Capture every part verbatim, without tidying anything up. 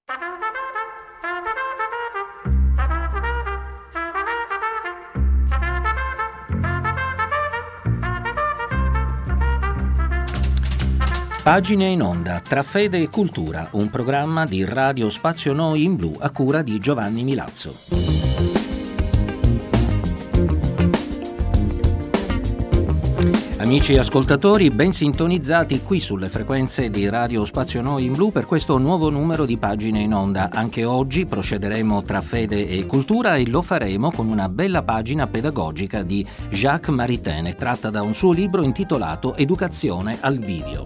Pagine in onda, tra fede e cultura, un programma di Radio Spazio Noi in Blu a cura di Giovanni Milazzo. Amici ascoltatori, ben sintonizzati qui sulle frequenze di Radio Spazio Noi in Blu per questo nuovo numero di Pagine in onda. Anche oggi procederemo tra fede e cultura e lo faremo con una bella pagina pedagogica di Jacques Maritain, tratta da un suo libro intitolato Educazione al bivio.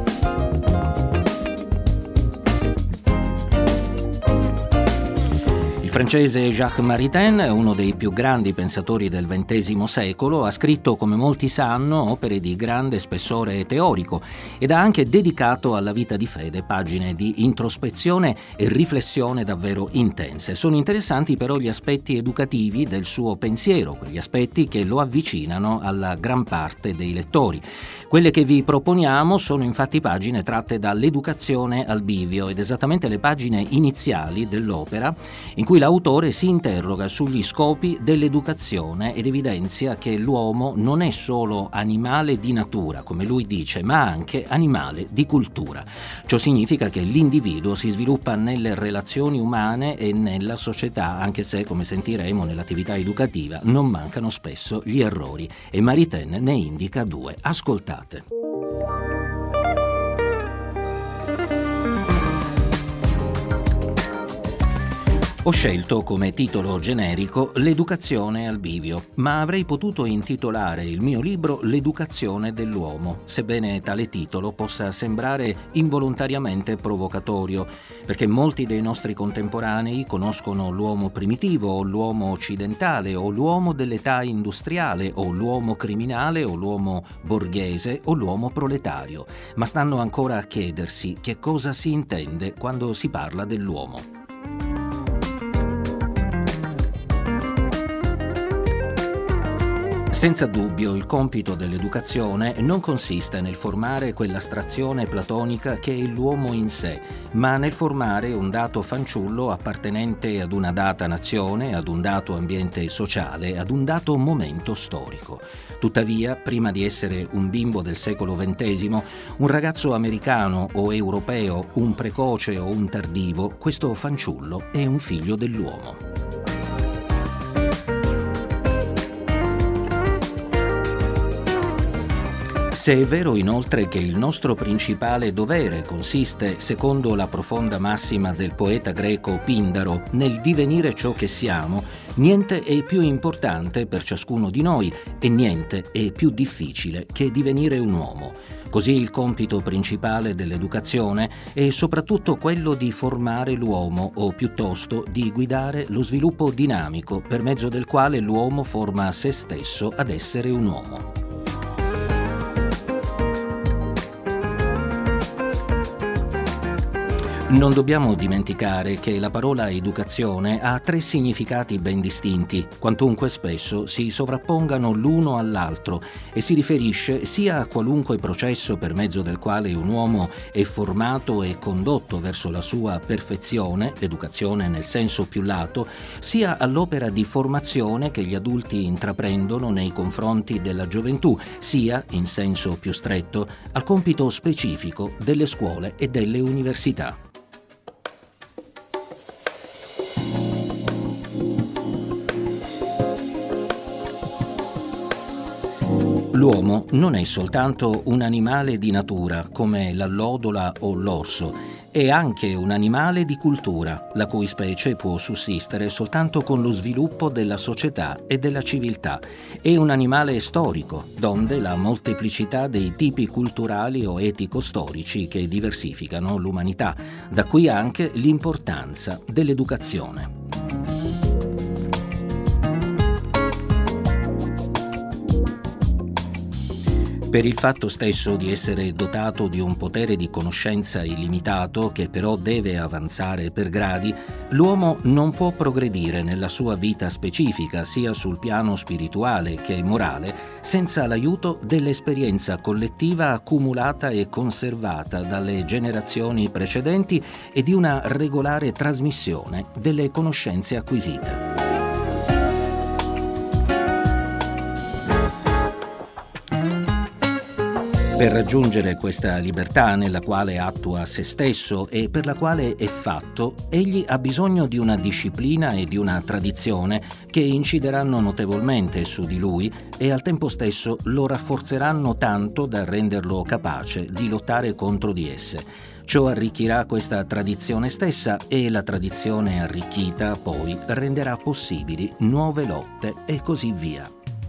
Il francese Jacques Maritain, uno dei più grandi pensatori del ventesimo secolo, ha scritto, come molti sanno, opere di grande spessore teorico ed ha anche dedicato alla vita di fede pagine di introspezione e riflessione davvero intense. Sono interessanti però gli aspetti educativi del suo pensiero, quegli aspetti che lo avvicinano alla gran parte dei lettori. Quelle che vi proponiamo sono infatti pagine tratte dall'Educazione al bivio ed esattamente le pagine iniziali dell'opera in cui l'autore si interroga sugli scopi dell'educazione ed evidenzia che l'uomo non è solo animale di natura, come lui dice, ma anche animale di cultura. Ciò significa che l'individuo si sviluppa nelle relazioni umane e nella società, anche se, come sentiremo nell'attività educativa, non mancano spesso gli errori. E Maritain ne indica due. Ascoltate. Ho scelto come titolo generico L'educazione al bivio, ma avrei potuto intitolare il mio libro L'educazione dell'uomo, sebbene tale titolo possa sembrare involontariamente provocatorio, perché molti dei nostri contemporanei conoscono l'uomo primitivo o l'uomo occidentale o l'uomo dell'età industriale o l'uomo criminale o l'uomo borghese o l'uomo proletario, ma stanno ancora a chiedersi che cosa si intende quando si parla dell'uomo. Senza dubbio il compito dell'educazione non consiste nel formare quell'astrazione platonica che è l'uomo in sé, ma nel formare un dato fanciullo appartenente ad una data nazione, ad un dato ambiente sociale, ad un dato momento storico. Tuttavia, prima di essere un bimbo del secolo ventesimo, un ragazzo americano o europeo, un precoce o un tardivo, questo fanciullo è un figlio dell'uomo. Se è vero inoltre che il nostro principale dovere consiste, secondo la profonda massima del poeta greco Pindaro, nel divenire ciò che siamo, niente è più importante per ciascuno di noi e niente è più difficile che divenire un uomo. Così il compito principale dell'educazione è soprattutto quello di formare l'uomo, o piuttosto di guidare lo sviluppo dinamico per mezzo del quale l'uomo forma se stesso ad essere un uomo. Non dobbiamo dimenticare che la parola educazione ha tre significati ben distinti, quantunque spesso si sovrappongano l'uno all'altro e si riferisce sia a qualunque processo per mezzo del quale un uomo è formato e condotto verso la sua perfezione, l'educazione nel senso più lato, sia all'opera di formazione che gli adulti intraprendono nei confronti della gioventù, sia, in senso più stretto, al compito specifico delle scuole e delle università. L'uomo non è soltanto un animale di natura come l'allodola o l'orso, è anche un animale di cultura, la cui specie può sussistere soltanto con lo sviluppo della società e della civiltà. È un animale storico, donde la molteplicità dei tipi culturali o etico-storici che diversificano l'umanità. Da qui anche l'importanza dell'educazione. Per il fatto stesso di essere dotato di un potere di conoscenza illimitato, che però deve avanzare per gradi, l'uomo non può progredire nella sua vita specifica, sia sul piano spirituale che morale, senza l'aiuto dell'esperienza collettiva accumulata e conservata dalle generazioni precedenti e di una regolare trasmissione delle conoscenze acquisite. Per raggiungere questa libertà nella quale attua se stesso e per la quale è fatto, egli ha bisogno di una disciplina e di una tradizione che incideranno notevolmente su di lui e al tempo stesso lo rafforzeranno tanto da renderlo capace di lottare contro di esse. Ciò arricchirà questa tradizione stessa e la tradizione arricchita poi renderà possibili nuove lotte e così via.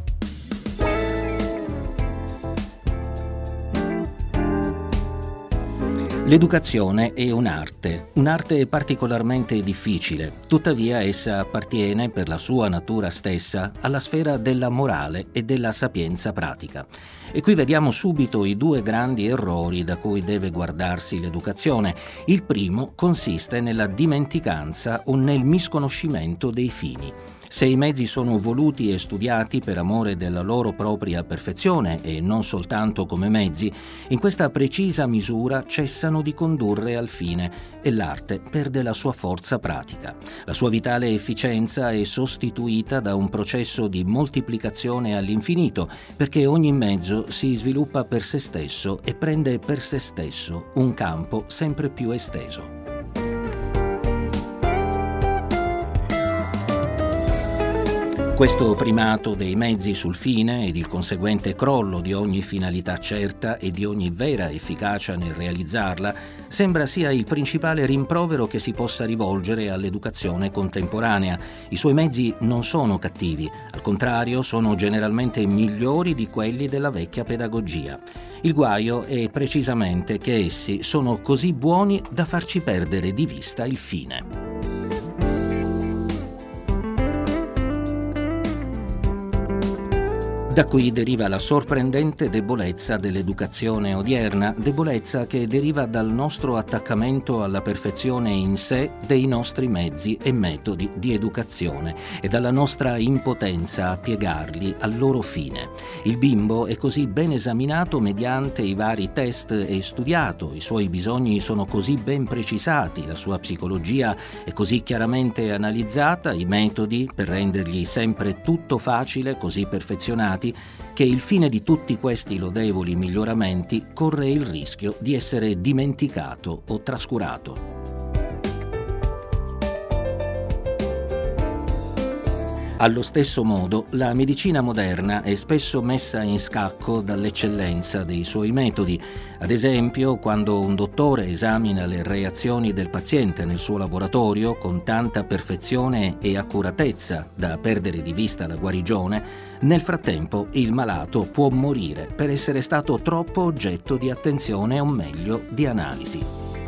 L'educazione è un'arte, un'arte particolarmente difficile, tuttavia essa appartiene per la sua natura stessa alla sfera della morale e della sapienza pratica. E qui vediamo subito i due grandi errori da cui deve guardarsi l'educazione. Il primo consiste nella dimenticanza o nel misconoscimento dei fini. Se i mezzi sono voluti e studiati per amore della loro propria perfezione e non soltanto come mezzi, in questa precisa misura cessano di condurre al fine e l'arte perde la sua forza pratica. La sua vitale efficienza è sostituita da un processo di moltiplicazione all'infinito, perché ogni mezzo si sviluppa per se stesso e prende per se stesso un campo sempre più esteso. Questo primato dei mezzi sul fine ed il conseguente crollo di ogni finalità certa e di ogni vera efficacia nel realizzarla sembra sia il principale rimprovero che si possa rivolgere all'educazione contemporanea. I suoi mezzi non sono cattivi, al contrario sono generalmente migliori di quelli della vecchia pedagogia. Il guaio è precisamente che essi sono così buoni da farci perdere di vista il fine. Da qui deriva la sorprendente debolezza dell'educazione odierna, debolezza che deriva dal nostro attaccamento alla perfezione in sé dei nostri mezzi e metodi di educazione e dalla nostra impotenza a piegarli al loro fine. Il bimbo è così ben esaminato mediante i vari test e studiato, i suoi bisogni sono così ben precisati, la sua psicologia è così chiaramente analizzata, i metodi per rendergli sempre tutto facile, così perfezionati, che il fine di tutti questi lodevoli miglioramenti corre il rischio di essere dimenticato o trascurato. Allo stesso modo, la medicina moderna è spesso messa in scacco dall'eccellenza dei suoi metodi. Ad esempio, quando un dottore esamina le reazioni del paziente nel suo laboratorio con tanta perfezione e accuratezza da perdere di vista la guarigione, nel frattempo il malato può morire per essere stato troppo oggetto di attenzione o meglio di analisi.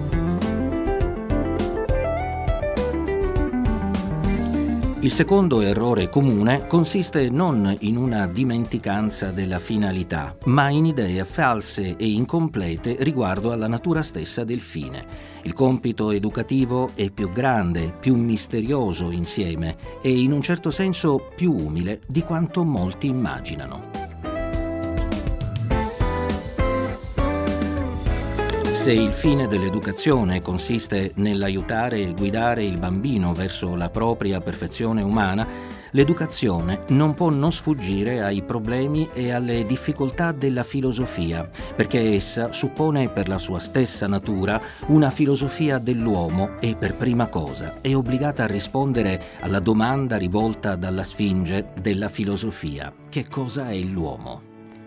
Il secondo errore comune consiste non in una dimenticanza della finalità, ma in idee false e incomplete riguardo alla natura stessa del fine. Il compito educativo è più grande, più misterioso insieme e in un certo senso più umile di quanto molti immaginano. Se il fine dell'educazione consiste nell'aiutare e guidare il bambino verso la propria perfezione umana, l'educazione non può non sfuggire ai problemi e alle difficoltà della filosofia, perché essa suppone per la sua stessa natura una filosofia dell'uomo e per prima cosa è obbligata a rispondere alla domanda rivolta dalla Sfinge della filosofia: che cosa è l'uomo?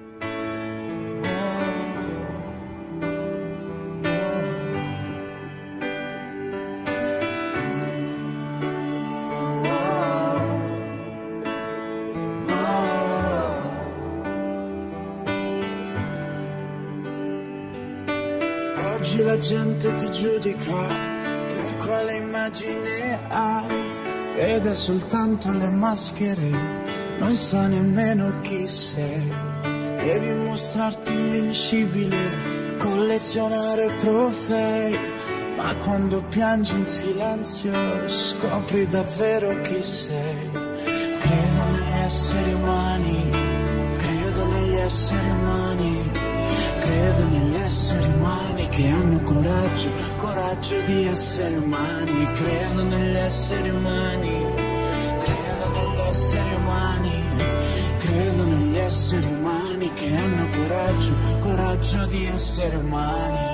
Oggi la gente ti giudica per quale immagine hai, vede soltanto le maschere, non sa nemmeno chi sei. devi mostrarti invincibile, collezionare trofei, ma quando piangi in silenzio scopri davvero chi sei. Credo negli esseri umani, credo negli esseri umani, credo negli esseri umani che hanno coraggio, coraggio di essere umani. Credo negli esseri umani, credo negli esseri umani, credo negli esseri umani che hanno coraggio, coraggio di essere umani.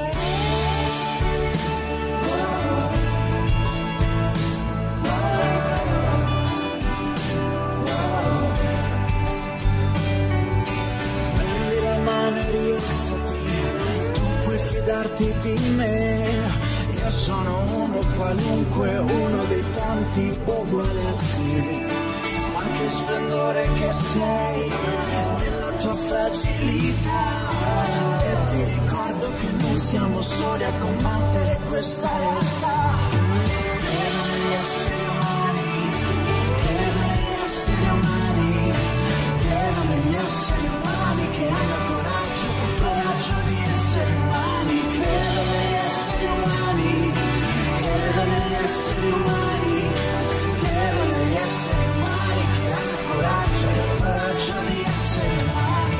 Fidarti di me, io sono uno qualunque, uno dei tanti uguale a te, ma che splendore che sei nella tua fragilità, e ti ricordo che non siamo soli a combattere questa realtà. Credo negli esseri umani, credo negli esseri umani, credo negli esseri umani che hanno coraggio, coraggio di essere umani. Credo negli esseri umani, credo negli esseri umani, credo negli esseri umani che hanno coraggio, coraggio di essere umani.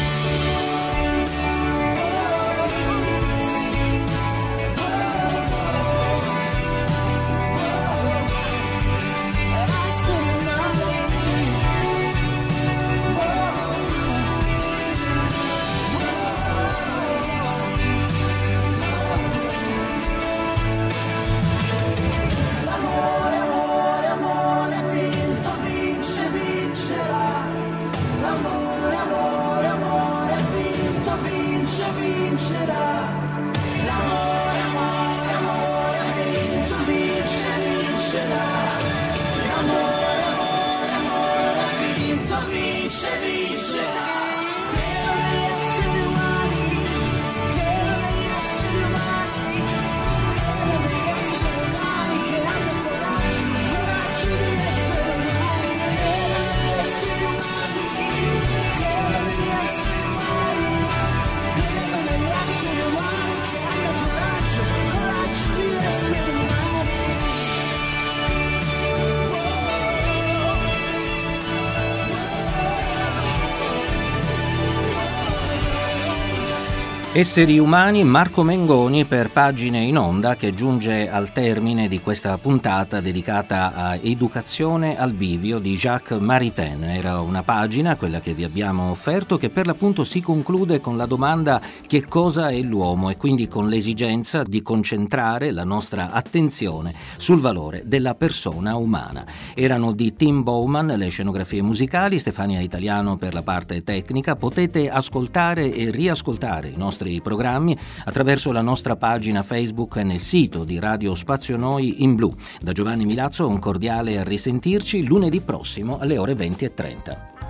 Esseri umani, Marco Mengoni per Pagine in Onda, che giunge al termine di questa puntata dedicata a Educazione al bivio di Jacques Maritain. Era una pagina, quella che vi abbiamo offerto, che per l'appunto si conclude con la domanda: che cosa è l'uomo? E quindi con l'esigenza di concentrare la nostra attenzione sul valore della persona umana. Erano di Tim Bowman le scenografie musicali, Stefania Italiano per la parte tecnica. Potete ascoltare e riascoltare i nostri programmi attraverso la nostra pagina Facebook e nel sito di Radio Spazio Noi in blu. Da Giovanni Milazzo un cordiale a risentirci lunedì prossimo alle ore venti e trenta.